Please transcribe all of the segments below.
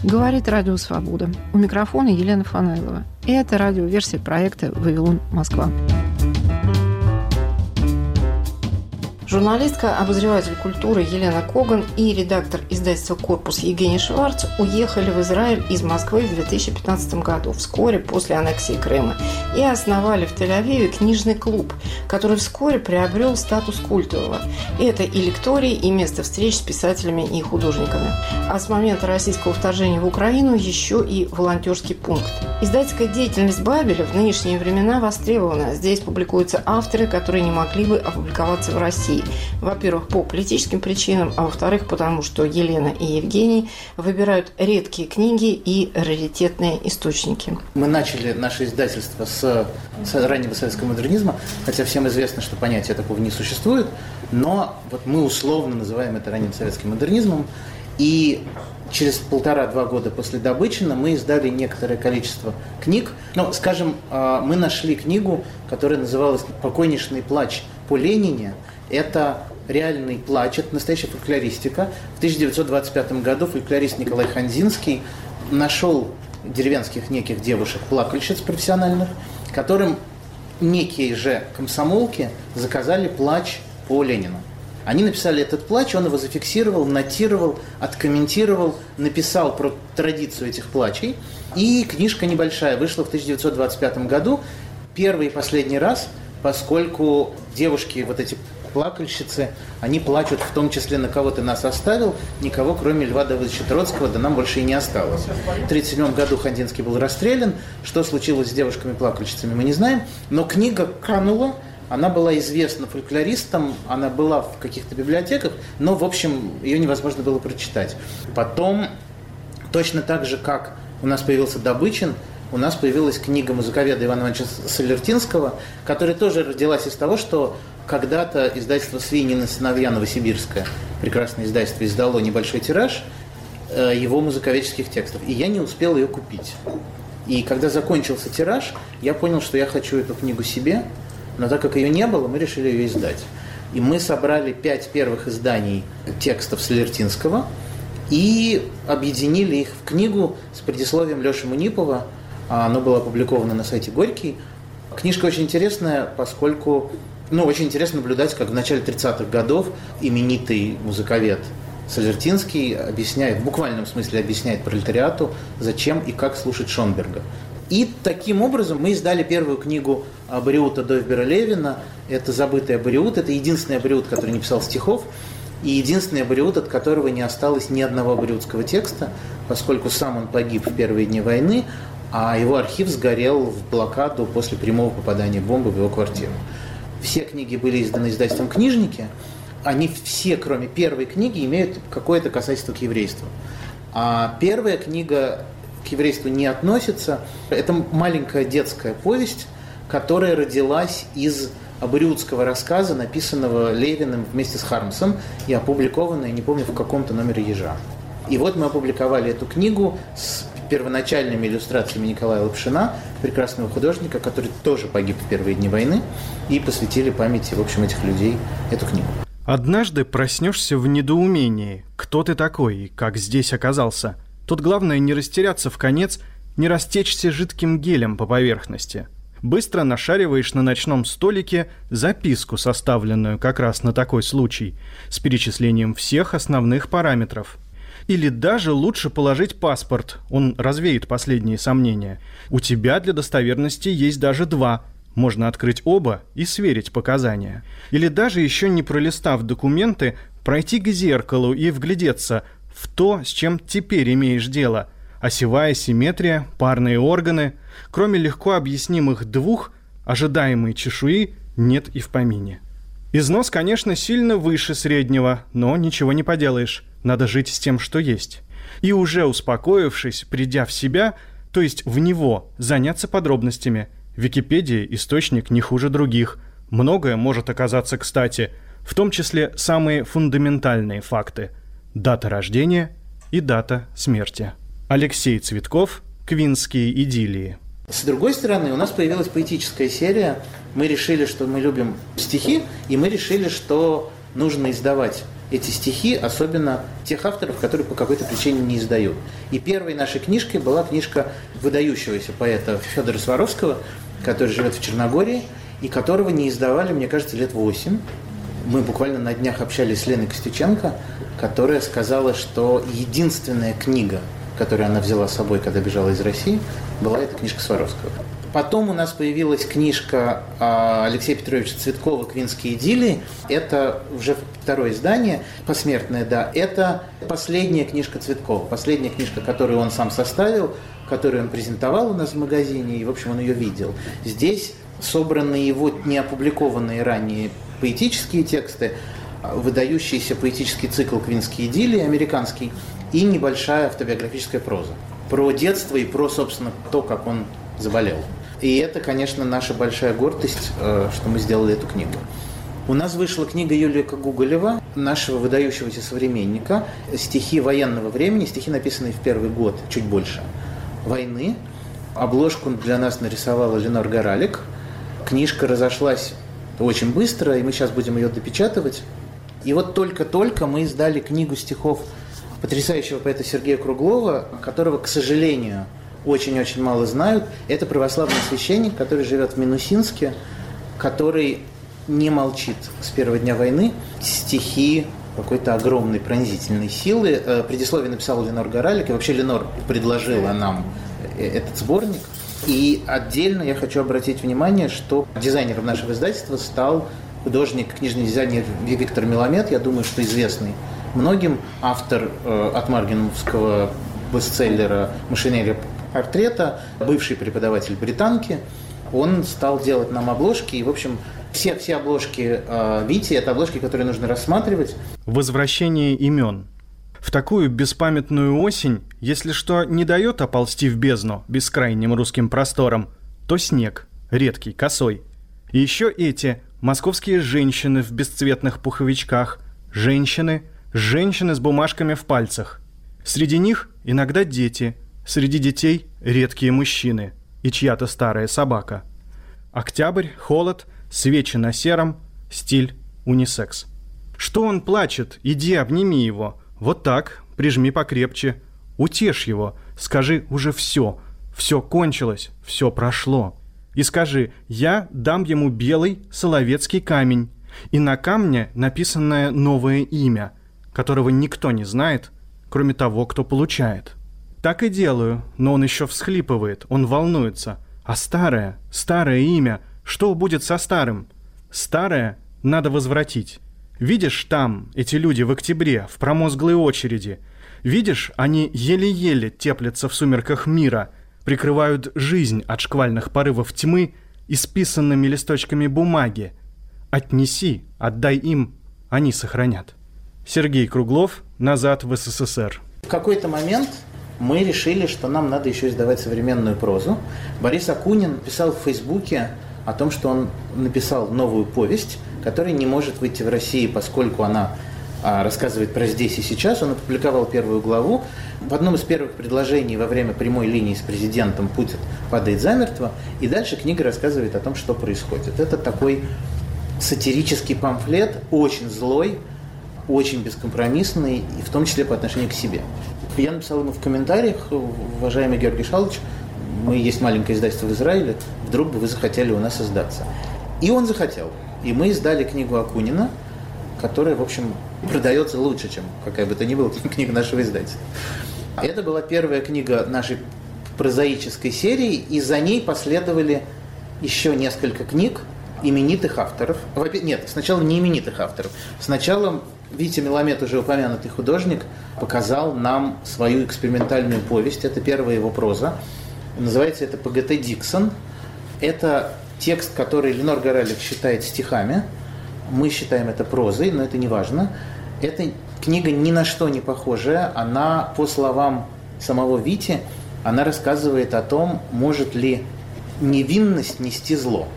Говорит Радио Свобода. У микрофона Елена Фанайлова. И это радиоверсия проекта «Вавилон, Москва». Журналистка, обозреватель культуры Елена Коган и редактор издательства «Корпус» Евгений Шварц уехали в Израиль из Москвы в 2015 году, вскоре после аннексии Крыма, и основали в Тель-Авиве книжный клуб, который вскоре приобрел статус культового. Это и лекторий, и место встреч с писателями и художниками. А с момента российского вторжения в Украину еще и волонтерский пункт. Издательская деятельность Бабеля в нынешние времена востребована. Здесь публикуются авторы, которые не могли бы опубликоваться в России. Во-первых, по политическим причинам, а во-вторых, потому что Елена и Евгений выбирают редкие книги и раритетные источники. Мы начали наше издательство с раннего советского модернизма, хотя всем известно, что понятия такого не существует, но вот мы условно называем это ранним советским модернизмом, и через 1,5-2 года после Добычина мы издали некоторое количество книг. Ну, скажем, мы нашли книгу, которая называлась «Покойнейший плач по Ленине». Это реальный плач, это настоящая фольклористика. В 1925 году фольклорист Николай Ханзинский нашел деревенских неких девушек-плакальщиц профессиональных, которым некие же комсомолки заказали плач по Ленину. Они написали этот плач, он его зафиксировал, нотировал, откомментировал, написал про традицию этих плачей. И книжка небольшая вышла в 1925 году, первый и последний раз, поскольку девушки, вот эти плакальщицы, они плачут в том числе на кого ты нас оставил, никого, кроме Льва Давыдовича Троцкого, да нам больше и не осталось. В 1937 году Хандинский был расстрелян. Что случилось с девушками-плакальщицами, мы не знаем. Но книга канула, она была известна фольклористам, она была в каких-то библиотеках, но, в общем, ее невозможно было прочитать. Потом, точно так же, как у нас появился Добычин, у нас появилась книга музыковеда Ивана Ивановича Солертинского, которая тоже родилась из того, что когда-то издательство «Свинин и сыновья» Новосибирское, прекрасное издательство, издало небольшой тираж его музыковедческих текстов, и я не успел ее купить. И когда закончился тираж, я понял, что я хочу эту книгу себе, но так как ее не было, мы решили ее издать. И мы собрали 5 первых изданий текстов Солертинского и объединили их в книгу с предисловием Леши Мунипова. Оно было опубликовано на сайте «Горький». Книжка очень интересная, поскольку очень интересно наблюдать, как в начале 30-х годов именитый музыковед Солертинский объясняет, в буквальном смысле объясняет пролетариату, зачем и как слушать Шонберга. И таким образом мы издали первую книгу Абориута Дойбера-Левина. Это «Забытый Абориут». Это единственный абориут, который не писал стихов, и единственный абориут, от которого не осталось ни одного абориутского текста, поскольку сам он погиб в первые дни войны, а его архив сгорел в блокаду после прямого попадания бомбы в его квартиру. Все книги были изданы издательством «Книжники». Они все, кроме первой книги, имеют какое-то касательство к еврейству. А первая книга к еврейству не относится. Это маленькая детская повесть, которая родилась из абориутского рассказа, написанного Левиным вместе с Хармсом и опубликованная, не помню, в каком-то номере «Ежа». И вот мы опубликовали эту книгу с первоначальными иллюстрациями Николая Лапшина, прекрасного художника, который тоже погиб в первые дни войны, и посвятили памяти, в общем, этих людей эту книгу. Однажды проснешься в недоумении, кто ты такой и как здесь оказался. Тут главное не растеряться вконец, не растечься жидким гелем по поверхности. Быстро нашариваешь на ночном столике записку, составленную как раз на такой случай, с перечислением всех основных параметров. Или даже лучше положить паспорт, он развеет последние сомнения. У тебя для достоверности есть даже 2. Можно открыть оба и сверить показания. Или даже еще не пролистав документы, пройти к зеркалу и вглядеться в то, с чем теперь имеешь дело. Осевая симметрия, парные органы. Кроме легко объяснимых 2, ожидаемой чешуи нет и в помине. Износ, конечно, сильно выше среднего, но ничего не поделаешь. Надо жить с тем, что есть. И уже успокоившись, придя в себя, то есть в него, заняться подробностями. Википедия – источник не хуже других. Многое может оказаться кстати, в том числе самые фундаментальные факты. Дата рождения и дата смерти. Алексей Цветков, «Квинские идиллии». С другой стороны, у нас появилась поэтическая серия. Мы решили, что мы любим стихи, и мы решили, что нужно издавать эти стихи, особенно тех авторов, которые по какой-то причине не издают. И первой нашей книжкой была книжка выдающегося поэта Федора Сваровского, который живет в Черногории, и которого не издавали, мне кажется, лет 8. Мы буквально на днях общались с Леной Костюченко, которая сказала, что единственная книга, которую она взяла с собой, когда бежала из России, была эта книжка Сваровского. Потом у нас появилась книжка Алексея Петровича Цветкова «Квинские идиллии». Это уже второе издание, посмертное, да. Это последняя книжка Цветкова, последняя книжка, которую он сам составил, которую он презентовал у нас в магазине, и, в общем, он ее видел. Здесь собраны его неопубликованные ранее поэтические тексты, выдающийся поэтический цикл «Квинские идиллии» американский и небольшая автобиографическая проза про детство и про, собственно, то, как он заболел. И это, конечно, наша большая гордость, что мы сделали эту книгу. У нас вышла книга Юлика Гоголева, нашего выдающегося современника, стихи военного времени, стихи, написанные в первый год, чуть больше, войны. Обложку для нас нарисовала Ленор Горалик. Книжка разошлась очень быстро, и мы сейчас будем ее допечатывать. И вот только-только мы издали книгу стихов потрясающего поэта Сергея Круглова, которого, к сожалению, очень-очень мало знают. Это православный священник, который живет в Минусинске, который не молчит с первого дня войны. Стихи какой-то огромной пронзительной силы. Предисловие написал Ленор Горалик, и вообще Ленор предложила нам этот сборник. И отдельно я хочу обратить внимание, что дизайнером нашего издательства стал художник, книжный дизайнер Виктор Меламед, я думаю, что известный многим, автор отмаргеновского бестселлера «Машинерия портрета», бывший преподаватель британки. Он стал делать нам обложки, и, в общем, все обложки Вити – это обложки, которые нужно рассматривать. Возвращение имен. В такую беспамятную осень, если что не дает оползти в бездну бескрайним русским простором, то снег, редкий, косой. И еще эти московские женщины в бесцветных пуховичках, женщины с бумажками в пальцах. Среди них иногда дети, среди детей редкие мужчины и чья-то старая собака. Октябрь, холод, свечи на сером, стиль унисекс. Что он плачет? Иди, обними его. Вот так, прижми покрепче. Утешь его, скажи уже все кончилось, все прошло. И скажи, я дам ему белый соловецкий камень, и на камне написанное новое имя, которого никто не знает, кроме того, кто получает. Так и делаю, но он еще всхлипывает, он волнуется. А старое имя, что будет со старым? Старое надо возвратить. Видишь там эти люди в октябре, в промозглой очереди? Видишь, они еле-еле теплятся в сумерках мира, прикрывают жизнь от шквальных порывов тьмы исписанными листочками бумаги. Отнеси, отдай им, они сохранят. Сергей Круглов, «Назад в СССР». В какой-то момент мы решили, что нам надо еще издавать современную прозу. Борис Акунин писал в Фейсбуке о том, что он написал новую повесть, которая не может выйти в России, поскольку она рассказывает про здесь и сейчас. Он опубликовал первую главу. В одном из первых предложений во время прямой линии с президентом Путин падает замертво, и дальше книга рассказывает о том, что происходит. Это такой сатирический памфлет, очень злой, очень бескомпромиссный, и в том числе по отношению к себе. Я написал ему в комментариях: уважаемый Георгий Шалыч, мы есть маленькое издательство в Израиле, вдруг бы вы захотели у нас издаться. И он захотел. И мы издали книгу Акунина, которая, в общем, продается лучше, чем какая бы то ни была книга нашего издательства. Это была первая книга нашей прозаической серии, и за ней последовали еще несколько книг именитых авторов. Нет, сначала не именитых авторов. Сначала Витя Меламед, уже упомянутый художник, показал нам свою экспериментальную повесть. Это первая его проза. Называется это «ПГТ Диксон». Это текст, который Ленор Горалик считает стихами. Мы считаем это прозой, но это не важно. Эта книга ни на что не похожая. Она, по словам самого Вити, она рассказывает о том, может ли невинность нести зло.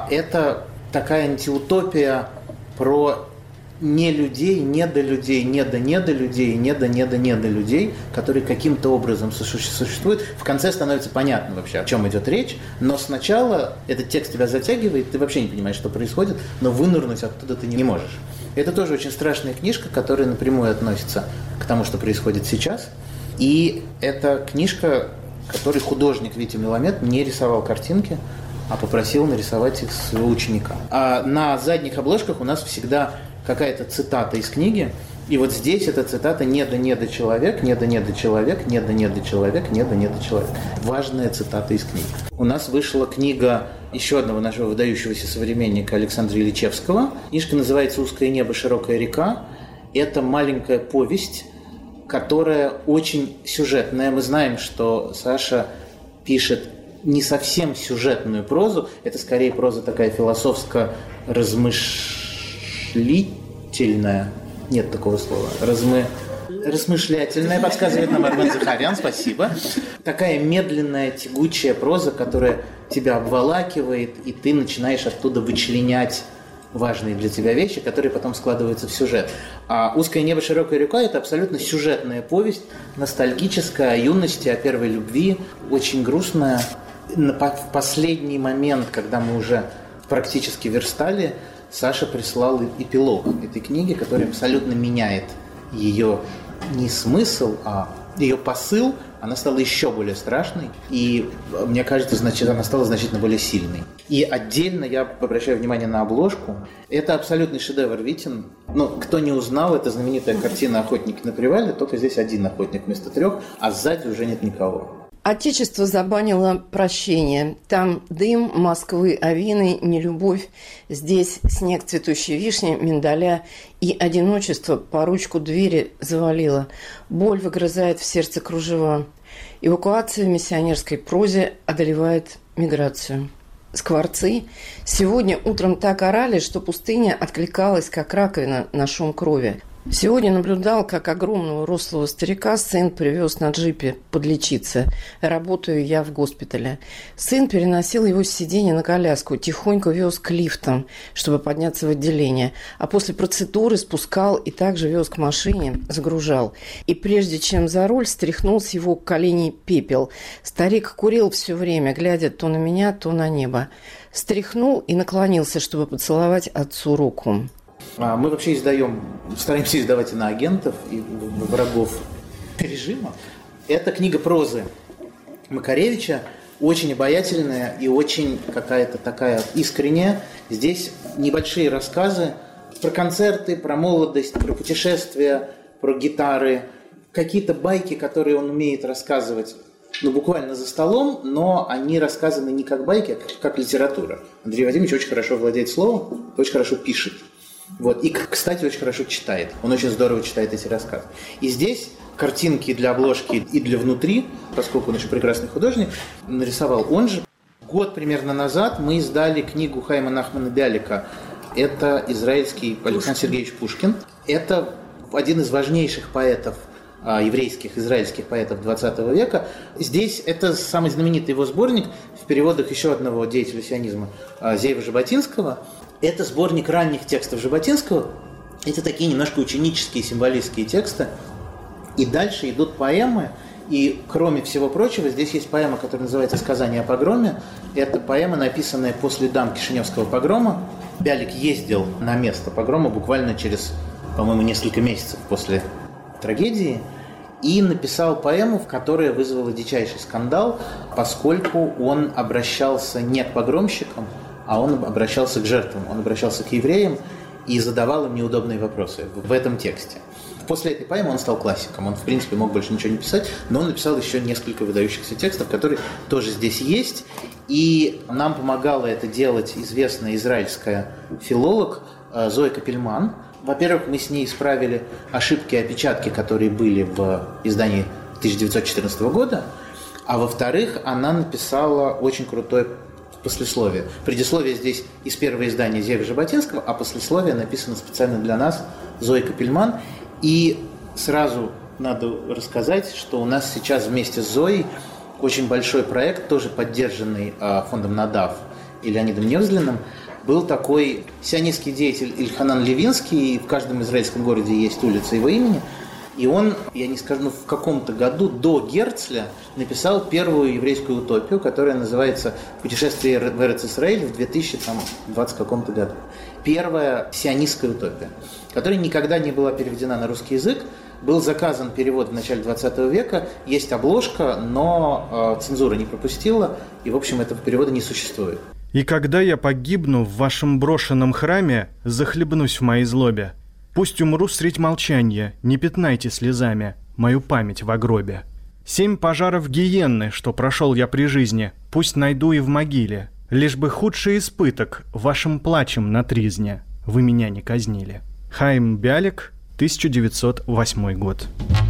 Это такая антиутопия про не людей, недолюдей, недолюдей, недолюдей, которые каким-то образом существуют. В конце становится понятно вообще, о чем идет речь, но сначала этот текст тебя затягивает, ты вообще не понимаешь, что происходит, но вынырнуть оттуда ты не можешь. Это тоже очень страшная книжка, которая напрямую относится к тому, что происходит сейчас. И это книжка, которой художник Витя Меламед не рисовал картинки, а попросил нарисовать их своего ученика. А на задних обложках у нас всегда какая-то цитата из книги. И вот здесь эта цитата «не да человек, не да человек, не да человек, не да человек». Важная цитата из книги. У нас вышла книга еще одного нашего выдающегося современника Александра Ильичевского. Книжка называется «Узкое небо, широкая река». Это маленькая повесть, которая очень сюжетная. Мы знаем, что Саша пишет не совсем сюжетную прозу, это скорее проза такая философско-размышлительная. Нет такого слова. Размышлятельная, подсказывает нам Армен Захарян, спасибо. Такая медленная, тягучая проза, которая тебя обволакивает, и ты начинаешь оттуда вычленять важные для тебя вещи, которые потом складываются в сюжет. А «Узкое небо, широкая река» – это абсолютно сюжетная повесть, ностальгическая, о юности, о первой любви, очень грустная. В последний момент, когда мы уже практически верстали, Саша прислал эпилог этой книги, который абсолютно меняет ее не смысл, а ее посыл. Она стала еще более страшной, и, мне кажется, она стала значительно более сильной. И отдельно я обращаю внимание на обложку. Это абсолютный шедевр Витин. Но кто не узнал, это знаменитая картина «Охотники на привале», только здесь один охотник вместо 3, а сзади уже нет никого. Отечество забанило прощение. Там дым, Москвы, авины, нелюбовь. Здесь снег, цветущей вишни, миндаля. И одиночество по ручку двери завалило. Боль выгрызает в сердце кружева. Эвакуация в миссионерской прозе одолевает миграцию. Скворцы сегодня утром так орали, что пустыня откликалась, как раковина, на шум крови. Сегодня наблюдал, как огромного рослого старика сын привез на джипе подлечиться. Работаю я в госпитале. Сын переносил его с сиденья на коляску, тихонько вез к лифтам, чтобы подняться в отделение. А после процедуры спускал и также вез к машине, загружал. И прежде чем за руль, стряхнул с его коленей пепел. Старик курил все время, глядя то на меня, то на небо. Стряхнул и наклонился, чтобы поцеловать отцу руку. Мы вообще стараемся издавать иноагентов и врагов режима. Это книга прозы Макаревича, очень обаятельная и очень какая-то такая искренняя. Здесь небольшие рассказы про концерты, про молодость, про путешествия, про гитары. Какие-то байки, которые он умеет рассказывать, буквально за столом, но они рассказаны не как байки, а как литература. Андрей Вадимович очень хорошо владеет словом, очень хорошо пишет. Вот. И, кстати, очень хорошо читает. Он очень здорово читает эти рассказы. И здесь картинки для обложки и для внутри, поскольку он очень прекрасный художник, нарисовал он же. Год примерно назад мы издали книгу Хайма Нахмана Бялика. Это израильский Александр Сергеевич Пушкин. Это один из важнейших поэтов, еврейских, израильских поэтов 20 века. Здесь это самый знаменитый его сборник в переводах еще одного деятеля сионизма, Зеева Жаботинского. Это сборник ранних текстов Жаботинского. Это такие немножко ученические, символистские тексты. И дальше идут поэмы. И, кроме всего прочего, здесь есть поэма, которая называется «Сказание о погроме». Это поэма, написанная по следам Кишиневского погрома. Бялик ездил на место погрома буквально через, по-моему, несколько месяцев после трагедии. И написал поэму, которая вызвала дичайший скандал, поскольку он обращался не к погромщикам, а он обращался к жертвам, он обращался к евреям и задавал им неудобные вопросы в этом тексте. После этой поэмы он стал классиком, он, в принципе, мог больше ничего не писать, но он написал еще несколько выдающихся текстов, которые тоже здесь есть, и нам помогала это делать известная израильская филолог Зоя Капельман. Во-первых, мы с ней исправили ошибки и опечатки, которые были в издании 1914 года, а во-вторых, она написала очень крутое послесловие. Предисловие здесь из первого издания Зеева Жаботинского, а послесловие написано специально для нас Зоей Капельман. И сразу надо рассказать, что у нас сейчас вместе с Зоей очень большой проект, тоже поддержанный фондом Надав и Леонидом Невзлиным. Был такой сионистский деятель Ильханан Левинский, и в каждом израильском городе есть улица его имени. И он, я не скажу, в каком-то году до Герцля написал первую еврейскую утопию, которая называется «Путешествие в Эрец-Исраэль» в 2020 каком-то году. Первая сионистская утопия, которая никогда не была переведена на русский язык. Был заказан перевод в начале 20 века, есть обложка, но цензура не пропустила, и, в общем, этого перевода не существует. «И когда я погибну в вашем брошенном храме, захлебнусь в моей злобе. Пусть умру средь молчания, не пятнайте слезами мою память в гробе. 7 пожаров гиенны, что прошел я при жизни, пусть найду и в могиле. Лишь бы худший испыток вашим плачем на тризне вы меня не казнили». Хаим Бялик, 1908 год.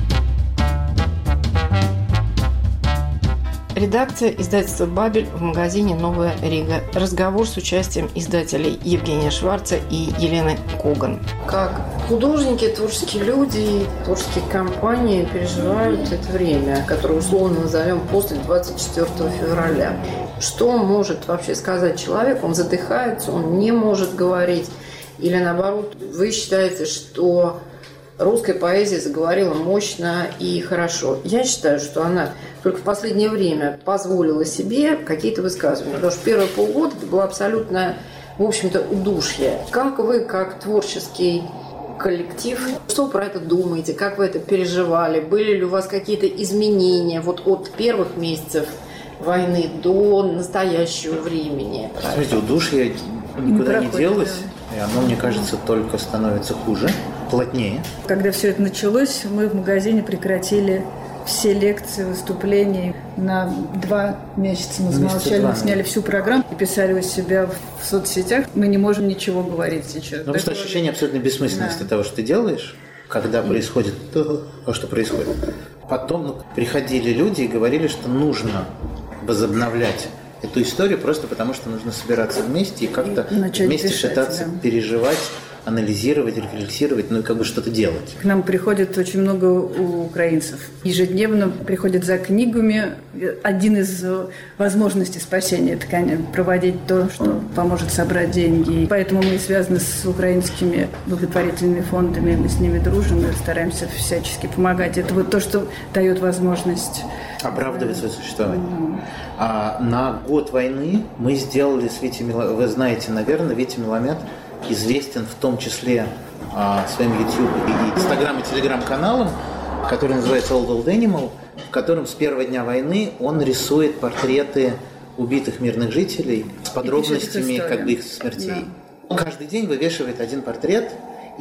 Редакция издательства «Бабель» в магазине «Новая Рига». Разговор с участием издателей Евгения Шварца и Елены Коган. Как художники, творческие люди, творческие компании переживают это время, которое условно назовем после 24 февраля. Что может вообще сказать человек? Он задыхается, он не может говорить. Или наоборот, вы считаете, что русская поэзия заговорила мощно и хорошо? Я считаю, что она только в последнее время позволила себе какие-то высказывания. Потому что первые полгода это было абсолютно, в общем-то, удушье. Как вы, как творческий коллектив, что вы про это думаете? Как вы это переживали? Были ли у вас какие-то изменения вот от первых месяцев войны до настоящего времени? Смотрите, удушье никуда не делось. И оно, мне кажется, только становится хуже, плотнее. Когда все это началось, мы в магазине прекратили все лекции, выступления. На 2 месяца мы замолчали, мы сняли всю программу и писали у себя в соцсетях. Мы не можем ничего говорить сейчас. Потому что ощущение абсолютной бессмысленности того, что ты делаешь, когда происходит то, что происходит. Потом приходили люди и говорили, что нужно возобновлять эту историю просто потому, что нужно собираться вместе и как-то вместе писать, пытаться переживать, анализировать, рефлексировать, ну и как бы что-то делать. К нам приходит очень много украинцев. Ежедневно приходят за книгами. Один из возможностей спасения – это, конечно, проводить то, что поможет собрать деньги. Поэтому мы связаны с украинскими благотворительными фондами, мы с ними дружим и стараемся всячески помогать. Это вот то, что дает возможность оправдывать свое существование. А на год войны мы сделали с Витей Меламед, вы знаете, наверное, Витя Меламед известен в том числе своим YouTube и Instagram и Telegram каналом, который называется Old Old Animal, в котором с первого дня войны он рисует портреты убитых мирных жителей с подробностями как бы их смертей. Да. Каждый день вывешивает один портрет,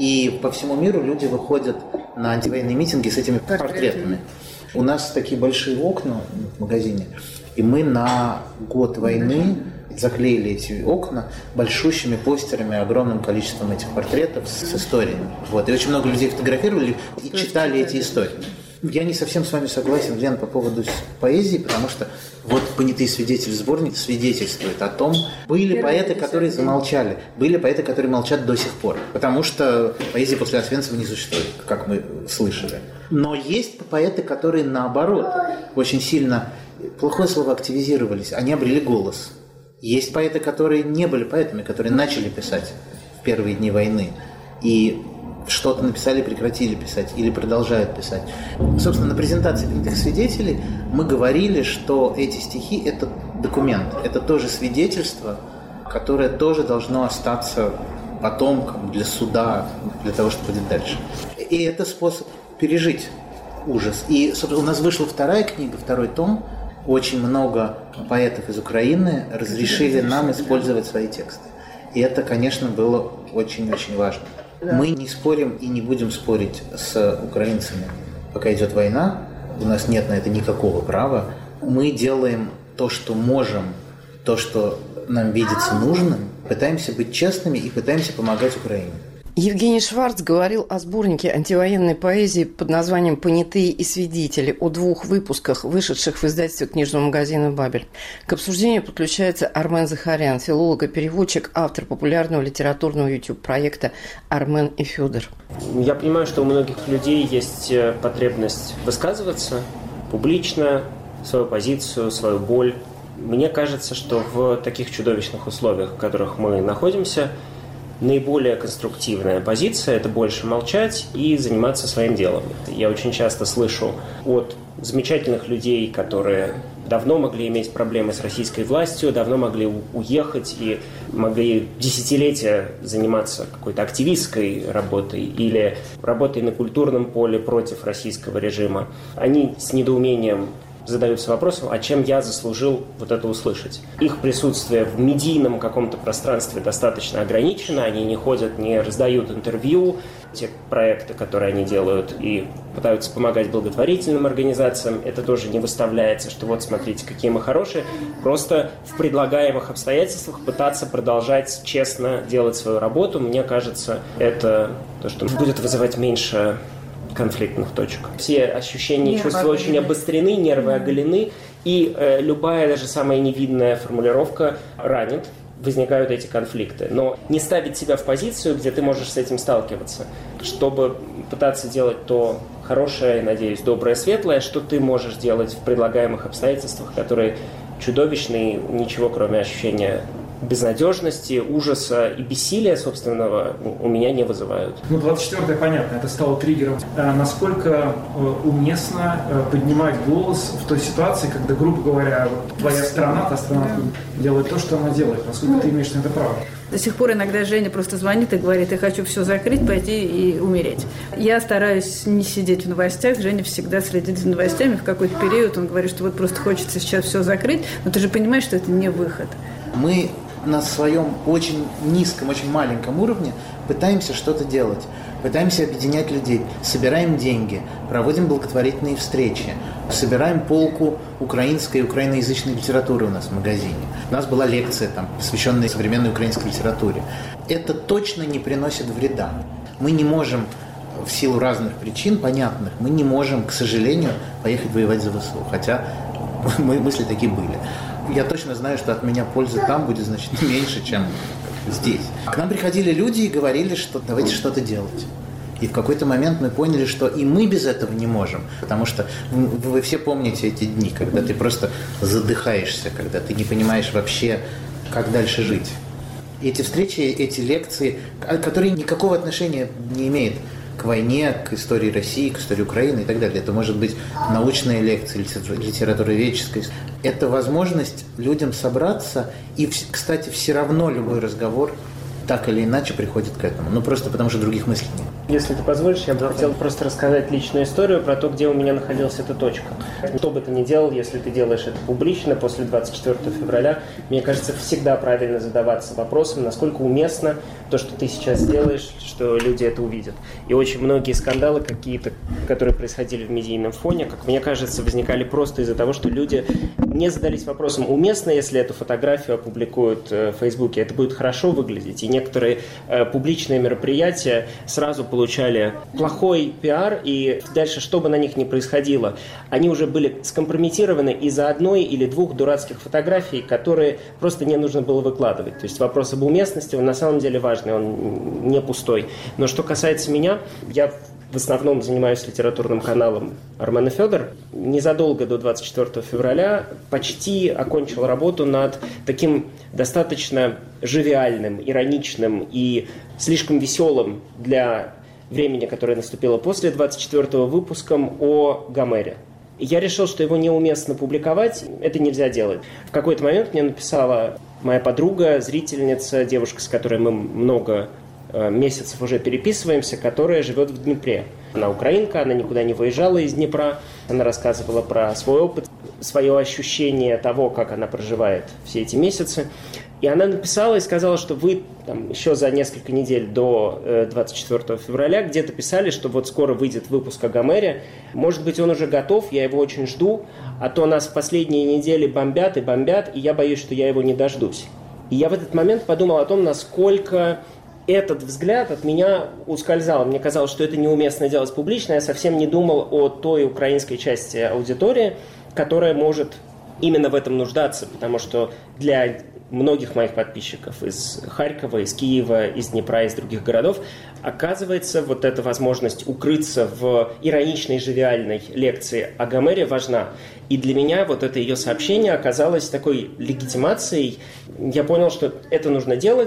и по всему миру люди выходят на антивоенные митинги с этими портретами. У нас такие большие окна в магазине, и мы на год войны заклеили эти окна большущими постерами, огромным количеством этих портретов с историями. Вот. И очень много людей фотографировали и читали эти истории. Я не совсем с вами согласен, Лен, по поводу поэзии, потому что вот «Понятые свидетели» сборник свидетельствует о том, были поэты, которые замолчали, были поэты, которые молчат до сих пор, потому что поэзии после Освенцима не существует, как мы слышали. Но есть поэты, которые наоборот очень сильно, плохое слово, активизировались, они обрели голос. Есть поэты, которые не были поэтами, которые начали писать в первые дни войны и что-то написали, прекратили писать или продолжают писать. Собственно, на презентации «Понятых свидетелей» мы говорили, что эти стихи – это документ, это тоже свидетельство, которое тоже должно остаться потомкам для суда, для того, что будет дальше. И это способ пережить ужас. И, собственно, у нас вышла вторая книга, второй том. Очень много поэтов из Украины разрешили нам использовать свои тексты. И это, конечно, было очень-очень важно. Да. Мы не спорим и не будем спорить с украинцами, пока идет война. У нас нет на это никакого права. Мы делаем то, что можем, то, что нам видится нужным, пытаемся быть честными и пытаемся помогать Украине. Евгений Шварц говорил о сборнике антивоенной поэзии под названием «Понятые и свидетели», о 2 выпусках, вышедших в издательстве книжного магазина «Бабель». К обсуждению подключается Армен Захарян, филолог и переводчик, автор популярного литературного YouTube-проекта «Армен и Федор». Я понимаю, что у многих людей есть потребность высказываться публично, свою позицию, свою боль. Мне кажется, что в таких чудовищных условиях, в которых мы находимся, наиболее конструктивная позиция – это больше молчать и заниматься своим делом. Я очень часто слышу от замечательных людей, которые давно могли иметь проблемы с российской властью, давно могли уехать и могли десятилетия заниматься какой-то активистской работой или работой на культурном поле против российского режима. Они с недоумением задаются вопросом, а чем я заслужил вот это услышать. Их присутствие в медийном каком-то пространстве достаточно ограничено, они не ходят, не раздают интервью, те проекты, которые они делают, и пытаются помогать благотворительным организациям, это тоже не выставляется, что вот смотрите, какие мы хорошие, просто в предлагаемых обстоятельствах пытаться продолжать честно делать свою работу, мне кажется, это то, что будет вызывать меньше конфликтных точек. Все ощущения и чувства очень обострены, нервы оголены, и любая, даже самая невинная формулировка ранит, возникают эти конфликты. Но не ставить себя в позицию, где ты можешь с этим сталкиваться, чтобы пытаться делать то хорошее, надеюсь, доброе, светлое, что ты можешь делать в предлагаемых обстоятельствах, которые чудовищные, ничего кроме ощущения безнадежности, ужаса и бессилия собственного у меня не вызывают. 24-е, понятно, это стало триггером. Насколько уместно поднимать голос в той ситуации, когда, грубо говоря, твоя страна, та страна делает то, что она делает? Насколько ты имеешь на это право? До сих пор иногда Женя просто звонит и говорит: я хочу все закрыть, пойти и умереть. Я стараюсь не сидеть в новостях. Женя всегда следит за новостями. В какой-то период он говорит, что вот просто хочется сейчас все закрыть. Но ты же понимаешь, что это не выход. Мы на своем очень низком, очень маленьком уровне пытаемся что-то делать, пытаемся объединять людей, собираем деньги, проводим благотворительные встречи, собираем полку украинской и украиноязычной литературы у нас в магазине. У нас была лекция, посвященная современной украинской литературе. Это точно не приносит вреда. Мы не можем, в силу разных причин, понятных, мы не можем, к сожалению, поехать воевать за ВСУ, хотя мысли такие были. Я точно знаю, что от меня пользы там будет значительно меньше, чем здесь. К нам приходили люди и говорили, что давайте что-то делать. И в какой-то момент мы поняли, что и мы без этого не можем. Потому что вы все помните эти дни, когда ты просто задыхаешься, когда ты не понимаешь вообще, как дальше жить. Эти встречи, эти лекции, которые никакого отношения не имеют к войне, к истории России, к истории Украины и так далее. Это может быть научные лекции, литературоведческая. Это возможность людям собраться. И, кстати, все равно любой разговор так или иначе приходит к этому. Просто потому, что других мыслей нет. Если ты позволишь, я бы хотел просто рассказать личную историю про то, где у меня находилась эта точка. Что бы ты ни делал, если ты делаешь это публично после 24 февраля, мне кажется, всегда правильно задаваться вопросом, насколько уместно то, что ты сейчас делаешь, что люди это увидят. И очень многие скандалы какие-то, которые происходили в медийном фоне, как мне кажется, возникали просто из-за того, что люди не задались вопросом, уместно, если эту фотографию опубликуют в Фейсбуке, это будет хорошо выглядеть. И некоторые публичные мероприятия сразу получали плохой пиар, и дальше, что бы на них ни происходило, они уже были скомпрометированы из-за одной или двух дурацких фотографий, которые просто не нужно было выкладывать. То есть вопрос об уместности, он на самом деле важный, он не пустой. Но что касается меня, я в основном занимаюсь литературным каналом «Армен и Федор». Незадолго до 24 февраля почти окончил работу над таким достаточно живиальным, ироничным и слишком веселым для времени, которое наступило после 24-го, выпуском о Гомере. Я решил, что его неуместно публиковать, это нельзя делать. В какой-то момент мне написала моя подруга, зрительница, девушка, с которой мы много месяцев уже переписываемся, которая живет в Днепре. Она украинка, она никуда не выезжала из Днепра. Она рассказывала про свой опыт, свое ощущение того, как она проживает все эти месяцы. И она написала и сказала, что вы еще за несколько недель до 24 февраля где-то писали, что вот скоро выйдет выпуск о Гомере. Может быть, он уже готов, я его очень жду, а то нас в последние недели бомбят, и я боюсь, что я его не дождусь. И я в этот момент подумал о том, насколько этот взгляд от меня ускользал. Мне казалось, что это неуместно делать публично. Я совсем не думал о той украинской части аудитории, которая может именно в этом нуждаться, потому что для многих моих подписчиков из Харькова, из Киева, из Днепра, из других городов, оказывается, вот эта возможность укрыться в ироничной, живиальной лекции о Гомере важна. И для меня вот это ее сообщение оказалось такой легитимацией. Я понял, что это нужно делать,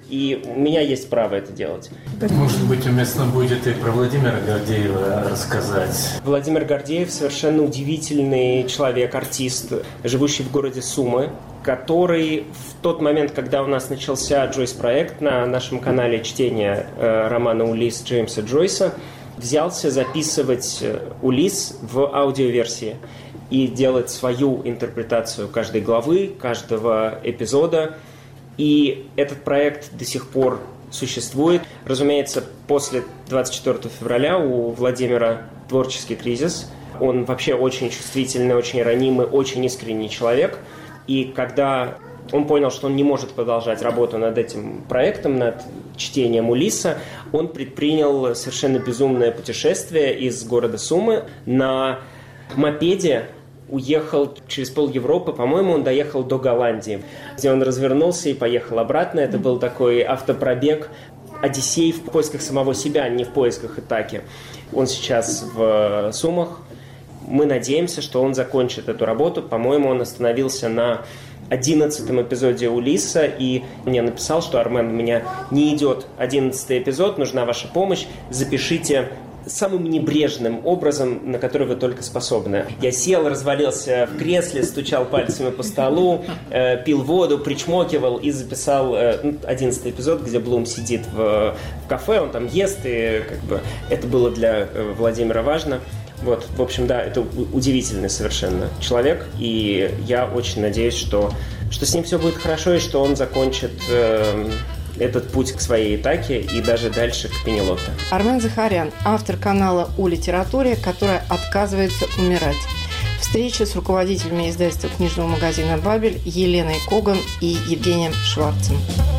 и у меня есть право это делать. Может быть, уместно будет и про Владимира Гордеева рассказать. Владимир Гордеев совершенно удивительный человек, артист, живущий в городе Сумы, который в тот момент, когда у нас начался Джойс-проект на нашем канале чтения романа «Улисс» Джеймса Джойса, взялся записывать «Улисс» в аудиоверсии и делать свою интерпретацию каждой главы, каждого эпизода. И этот проект до сих пор существует. Разумеется, после 24 февраля у Владимира творческий кризис. Он вообще очень чувствительный, очень ранимый, очень искренний человек. И когда он понял, что он не может продолжать работу над этим проектом, над чтением «Улисса», он предпринял совершенно безумное путешествие из города Сумы на мопеде. Уехал через пол Европы, по-моему, он доехал до Голландии, где он развернулся и поехал обратно. Это был такой автопробег, одиссей в поисках самого себя, не в поисках Итаки. Он сейчас в Сумах. Мы надеемся, что он закончит эту работу. По-моему, он остановился на 11-м эпизоде «Улисса», и мне написал, что «Армен, у меня не идет 11-й эпизод, нужна ваша помощь, запишите самым небрежным образом, на который вы только способны». Я сел, развалился в кресле, стучал пальцами по столу, пил воду, причмокивал и записал 11-й эпизод, где Блум сидит в кафе, он там ест, и как бы это было для Владимира важно. Вот, в общем, да, это удивительный совершенно человек, и я очень надеюсь, что с ним все будет хорошо, и что он закончит этот путь к своей Итаке и даже дальше к Пенелопе. Армен Захарян, автор канала «О литературе», которая отказывается умирать. Встреча с руководителями издательства книжного магазина «Бабель» Еленой Коган и Евгением Шварцем.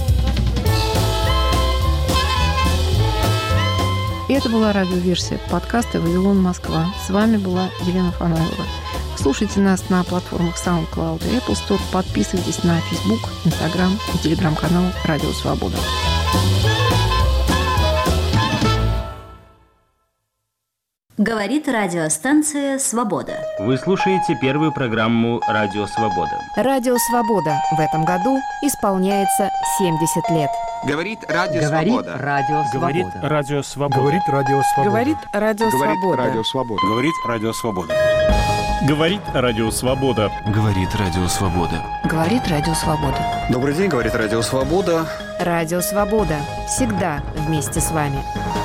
И это была радиоверсия подкаста «Вавилон, Москва». С вами была Елена Фанаева. Слушайте нас на платформах SoundCloud и Apple Store. Подписывайтесь на Facebook, Instagram и телеграм-канал «Радио Свобода». Говорит радиостанция «Свобода». Вы слушаете первую программу «Радио Свобода». Радио Свобода в этом году исполняется 70 лет. Говорит Радио Свобода. Говорит Радио Свобода. Говорит Радио Свобода. Говорит Радио Свобода. Говорит Радио Свобода. Говорит Радио Свобода. Говорит Радио Свобода. Говорит Радио Свобода. Добрый день, говорит Радио Свобода. Радио Свобода. Всегда вместе с вами.